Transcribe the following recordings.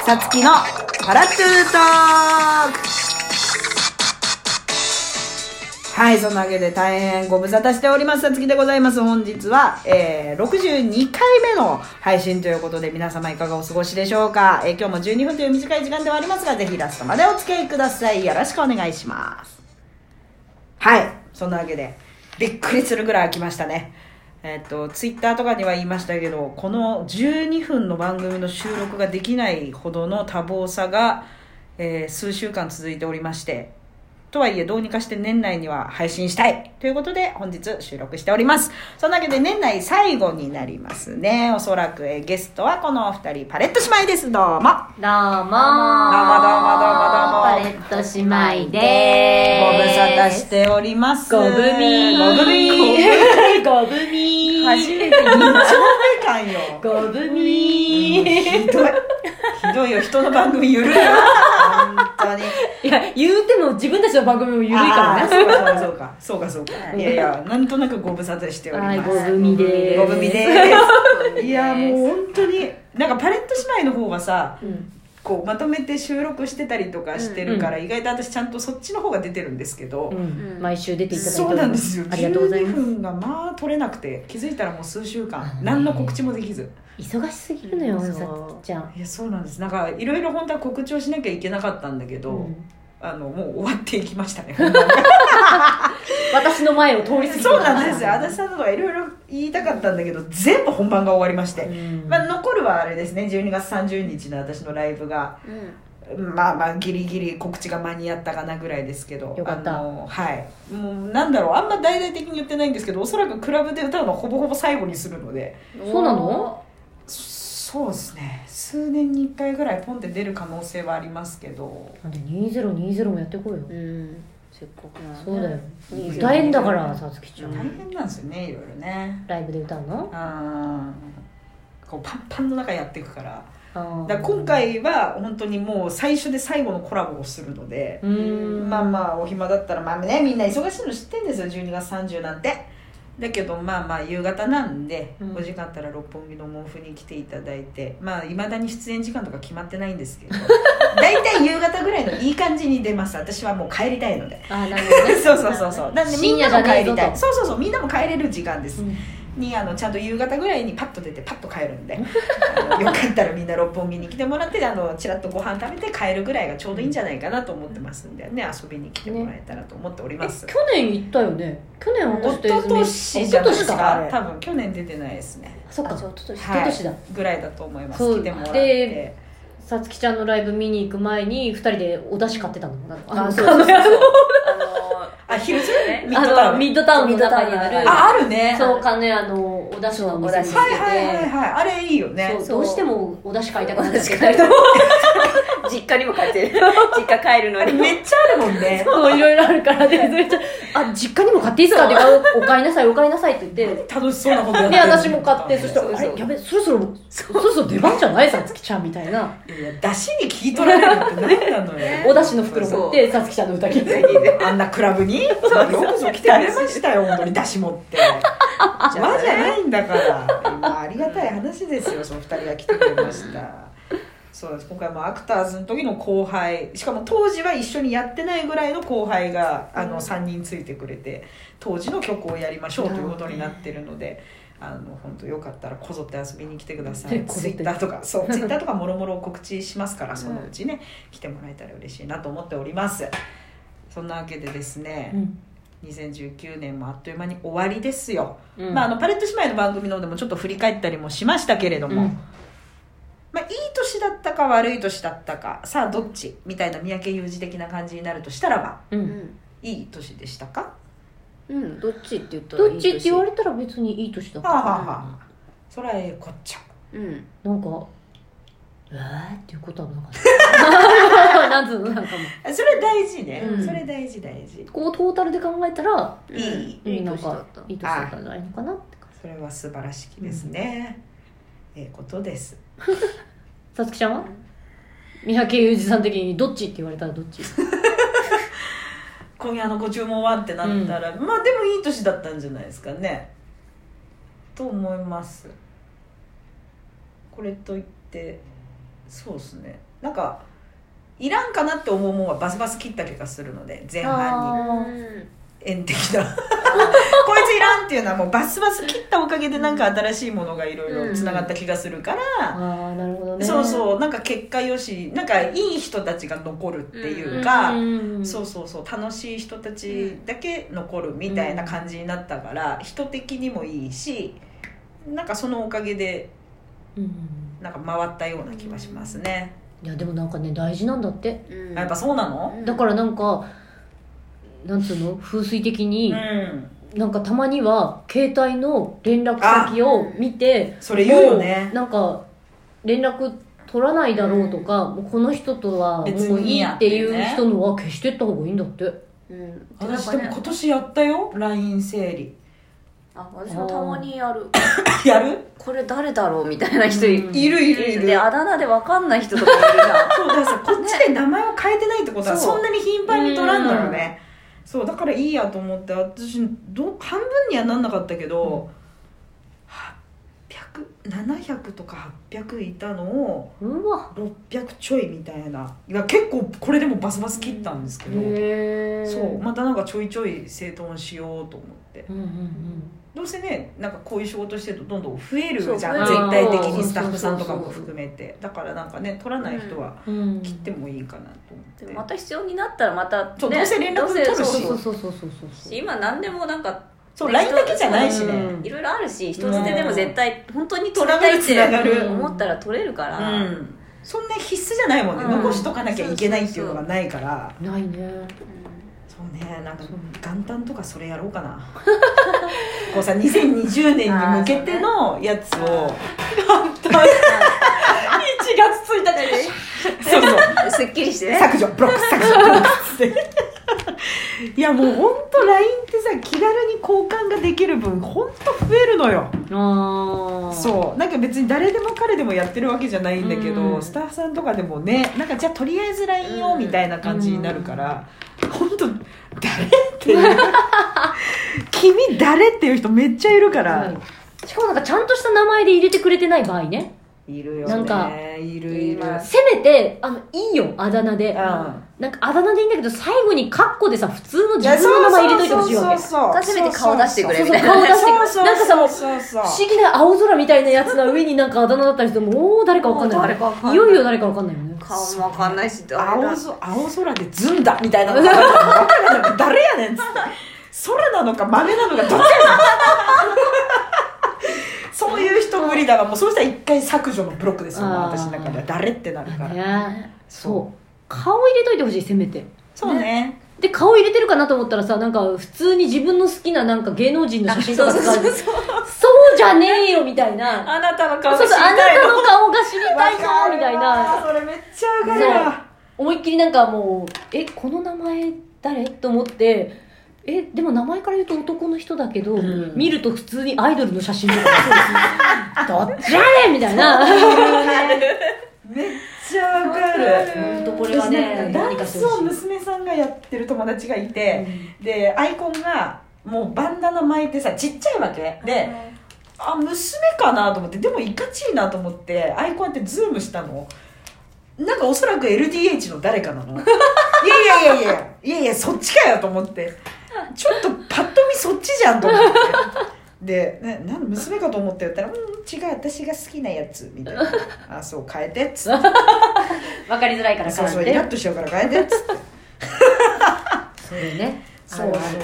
さつきのパラトゥートーク。はい、そんなわけで大変ご無沙汰しておりますさつきでございます。本日は、62回目の配信ということで、皆様いかがお過ごしでしょうか。今日も12分という短い時間ではありますが、ぜひラストまでお付き合いください。よろしくお願いします。はい、そんなわけでびっくりするぐらい空きましたね。ツイッターとかには言いましたけど、この12分の番組の収録ができないほどの多忙さが、数週間続いておりまして、とはいえどうにかして年内には配信したいということで本日収録しております。そんなわけで年内最後になりますね。おそらく、ゲストはこのお二人、パレット姉妹です。どうもどうもパレット姉妹でご無ーす。 沙汰しております。 ごぶみごぶみごぶみ初めて2丁目感よ。 ごぶみひどいよ、人の番組ゆるいよ本当に。 いや、言うても自分たちの番組もゆるいからね。 そうか、いやいや、なんとなくご無沙汰しております。 ごぶみでーす。 ごぶみです。いや、もう本当になんかパレット姉妹の方はさ、こうまとめて収録してたりとかしてるから、意外と私ちゃんとそっちの方が出てるんですけど、 毎週出ていただいてそうなんですよ。 ありがとうございます。 12分がまあ取れなくて、気づいたらもう数週間何の告知もできず、 忙しすぎるのよ、さっちゃん。 いや、そうなんです。なんかいろいろ本当は告知をしなきゃいけなかったんだけど、もう終わっていきましたね私の前を通り過ぎて。 そうなんですよ。足立さんのとかいろいろ言いたかったんだけど、全部本番が終わりまして、残るはあれですね、12月30日の私のライブが、まあギリギリ告知が間に合ったかなぐらいですけど、 よかった。 はい、もうなんだろう、あんま大々的に言ってないんですけど、おそらくクラブで歌うのはほぼほぼ最後にするので。 そうなの？ そうですね、数年に1回ぐらいポンって出る可能性はありますけど。 なんで2020もやってこいよ。 せっかくな。 そうだよ、歌えんだからさつきちゃん。 大変なんですよね、いろいろね。 ライブで歌うの？ こうパンパンの中やっていくから。だから今回は本当にもう最初で最後のコラボをするので、まあお暇だったら、まあね、みんな忙しいの知ってるんですよ、12月30なんて。だけどまあ夕方なんで、お時間あったら六本木の毛布に来ていただいて、いまだに出演時間とか決まってないんですけどだいたい夕方ぐらいのいい感じに出ます。私はもう帰りたいので。 なるほどねそうなんでみんなも帰りたい。そうみんなも帰れる時間です、にちゃんと夕方ぐらいにパッと出てパッと帰るんでよかったらみんな六本木に来てもらって、ちらっとご飯食べて帰るぐらいがちょうどいいんじゃないかなと思ってますんでね、遊びに来てもらえたらと思っております。 去年行ったよね。去年私と一昨年じゃないですか。多分去年出てないですね。 そっか、 一昨年だぐらいだと思います。来てもらってで、さつきちゃんのライブ見に行く前に2人でお出汁買ってたの。 そうヒルズミッドタウンの中にある。 あるね。 そうかね、お出汁のお店に行ってて、 あれいいよね。 どうしてもお出汁買いたくなって2人とも実家にも帰ってる。実家帰るのにめっちゃあるもんね。 そう、いろいろあるからで、実家にも買っていいですかって言うから、お買いなさいって言って、 楽しそうなことやってで、私も買って、そしたら、あれ、やべ、そろそろ出番じゃないさつきちゃんみたいな。 いや、出汁に聞き取られるって何なのよ。 お出汁の袋持って、さつきちゃんの歌聞いて。 あんなクラブによくぞ来てくれましたよ、本当に出汁持って。和じゃないんだから。ありがたい話ですよ、その2人が来てくれました。そうです。今回もアクターズの時の後輩、しかも当時は一緒にやってないぐらいの後輩が3人ついてくれて、当時の曲をやりましょうということになってるので、本当よかったらこぞって遊びに来てください。ツイッターとかツイッターとかもろもろ告知しますから、そのうちね、来てもらえたら嬉しいなと思っております。そんなわけでですね、2019年もあっという間に終わりですよ。パレット姉妹の番組の方でもちょっと振り返ったりもしましたけれども、いい年だったか悪い年だったか、さあどっちみたいな三宅裕司的な感じになるとしたらば、いい年でしたか？ どっちって言ったらいい年。 どっちって言われたら別にいい年だった。 それはこっちゃ。 なんかっていうことはなかったなんつうの、なんかもうそれ大事ね、それ大事こうトータルで考えたらいいなんかいい年だったんじゃないのかなって感じ。 それは素晴らしきですね、ことですさつきちゃんは三宅裕司さん的にどっちって言われたらどっち？ 今夜のご注文はってなったら、でもいい年だったんじゃないですかねと思います。これといってそうですね、なんかいらんかなって思うもんはバスバス切った気がするので、前半に縁的なこいついらんっていうのはもうバスバス切ったおかげでなんか新しいものがいろいろつながった気がするから、 ああなるほどね。 そうそう、なんか結果よし、なんかいい人たちが残るっていうか、そうそうそう、楽しい人たちだけ残るみたいな感じになったから、人的にもいいし、なんかそのおかげでなんか回ったような気がしますね。 いやでもなんかね大事なんだって、 やっぱそうなの？ だからなんかなんつうの、風水的に、なんかたまには携帯の連絡先を見て、 それ言うよね、 なんか連絡取らないだろうとか、もうこの人とはもういいっていう人のは消してった方がいいんだって。 私でも今年やったよ LINE 整理。 私もたまにやるやる？ これ誰だろうみたいな人いるで、 あだ名で分かんない人とかいるじゃんそうだからさ、こっちで名前を変えてないってことはそんなに頻繁に取らんのよね。そうだからいいやと思って、私半分にはなんなかったけど、700とか800いたのを600ちょいみたいな。いや結構これでもバスバス切ったんですけど、そうまたなんかちょいちょい整頓しようと思って、どうせね、なんかこういう仕事してるとどんどん増えるじゃん、絶対的にスタッフさんとかも含めて。だからなんかね、取らない人は切ってもいいかなと思って、 また必要になったらまた、ね、 どうせ連絡取るし、今何でもなんかそう LINE だけじゃないしね、 いろいろあるし、人捨てでも絶対本当に取りたいって思ったら取れるから、 そんな必須じゃないもんね、残しとかなきゃいけないっていうのがないから。 ないね。 そうね、なんか元旦とかそれやろうかなこうさ、2020年に向けてのやつを元旦1月1日にそうそうすっきりしてね、 削除ブロック削除ブロックっていやもう本当 LINE ってさ、気軽に交換ができる分本当増えるのよ。そうなんか別に誰でも彼でもやってるわけじゃないんだけど、スタッフさんとかでもね、なんかじゃあとりあえず LINE をみたいな感じになるから、本当誰っていう君誰っていう人めっちゃいるから、 しかもなんかちゃんとした名前で入れてくれてない場合ね、 いるよね。 なんかいるせめていいよあだ名で、なんかあだ名でいいんだけど最後にカッコでさ普通の自分の名前入れといてほしいわけ。 せめて顔出してくれみたいな。 顔出してなんかさもう不思議な青空みたいなやつの上になんかあだ名だったりしてもう誰かわかんないよね。いよいよ誰かわかんないよね。 顔もわかんないし、 青空でずんだみたいなのが分からない。誰やねんっつって空なのか豆なのかどっちやねんそういう人無理だわ。もうそうしたら一回削除のブロックですよ、私の中では。誰ってなるから、 そう顔入れといてほしい、せめて。 そうね。 で顔入れてるかなと思ったらさ、なんか普通に自分の好きななんか芸能人の写真とか使うそうじゃねえよみたいな、 あなたの顔が知りたいの、あなたの顔が知りたいぞみたいな。それめっちゃわかるわ。 思いっきりなんかもうこの名前誰と思って、でも名前から言うと男の人だけど、見ると普通にアイドルの写真とかどっちやねんみたいなめっちゃわかる。 本当これはね、 ダンスを娘さんがやってる友達がいて、でアイコンがもうバンダナ巻いてさ、ちっちゃいわけで、娘かなと思って、でもいかちいなと思ってアイコンってズームしたの。なんかおそらく LDH の誰かなのいやそっちかよと思って、ちょっとパッと見そっちじゃんと思ってで、なん娘かと思って言ったら、違う、私が好きなやつみたいなそう変えてっつって分かりづらいから変えて、 そうイラッとしちゃうから変えてっつってそれね、 そう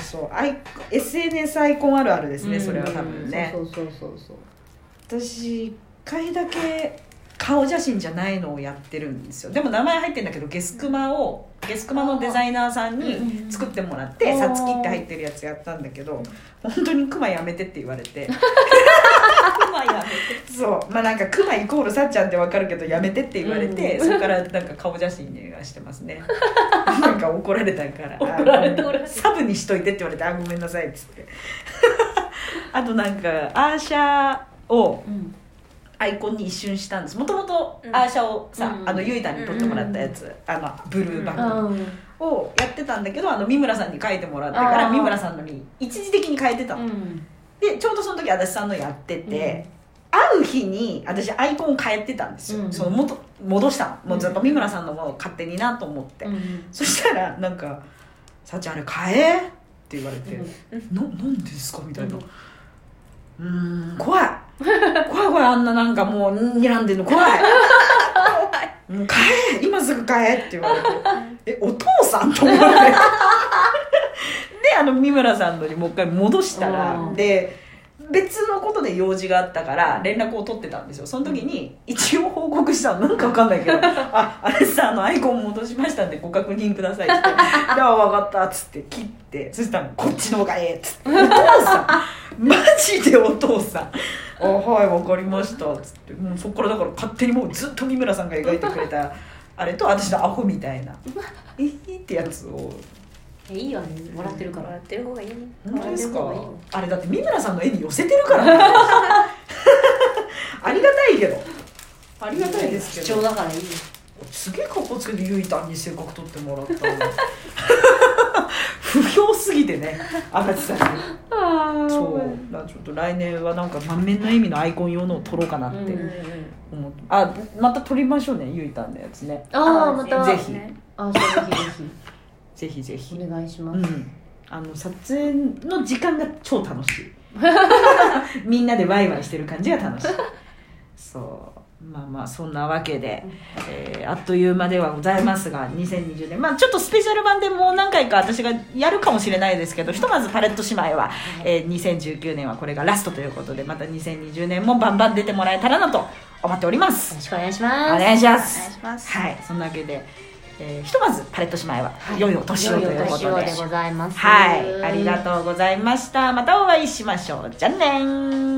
SNS アイコンあるあるですね、それは多分ね。 そう私一回だけ顔写真じゃないのをやってるんですよ。でも名前入ってるんだけど、ゲスクマのデザイナーさんに作ってもらって、さつきって入ってるやつやったんだけど、本当にクマやめてって言われてクマやめてそうまあなんかクマイコールさっちゃんって分かるけどやめてって言われて、そこからなんか顔写真にはしてますねなんか怒られたからサブにしといてって言われて、ごめんなさいっつってあとなんかアーシャを、アイコンに一瞬したんです。もともとアーシャをさ、ゆいたんに撮ってもらったやつ、ブルーバッグをやってたんだけど、三村さんに書いてもらってから三村さんのに一時的に変えてたの、でちょうどその時足立さんのやってて、 会う日に私アイコンを変えてたんですよ、その戻したの、もうずっと三村さんのものを勝手になと思って、そしたらなんか「さっちゃんあれ変え」って言われて「なんでですか?」みたいな、怖いあんななんかもう睨んでんの怖いもう変え今すぐ変えって言われてお父さんと思ってで三村さんのにもう一回戻したら、で別のことで用事があったから連絡を取ってたんですよ。その時に一応報告したの、なんか分かんないけどあれさアイコン戻しましたんでご確認くださいって言って「で分かった」っつって切って、そしたらこっちの方がええっつって「お父さんマジでお父さんはい分かりました」っつって、もうそこからだから勝手にもうずっと三村さんが描いてくれたあれと私のアホみたいなってやつをいいよね、もらってるから。 もらってる方がいいね。 本当ですか？あれだって三村さんの絵に寄せてるからねありがたいけど、ありがたいですけど、 貴重だからいいよ。 すげえカッコつけてゆいたんに性格取ってもらった不評すぎてね、足立さんにそうだ、ちょっと来年はなんか満面の笑みのアイコン用のを撮ろうかなって思って、また撮りましょうね、ゆいたんのやつね。 またぜひぜひぜひお願いします、 撮影の時間が超楽しいみんなでワイワイしてる感じが楽しいそうまあそんなわけで、あっという間ではございますが、2020年ちょっとスペシャル版でもう何回か私がやるかもしれないですけど、ひとまずパレット姉妹は、2019年はこれがラストということで、また2020年もバンバン出てもらえたらなと思っております。 よろしくお願いします。 お願いします。はい、そんなわけでひとまずパレット姉妹は良いお年をということで、 良いお年をでございます。 はい、ありがとうございました。またお会いしましょう。じゃあねー。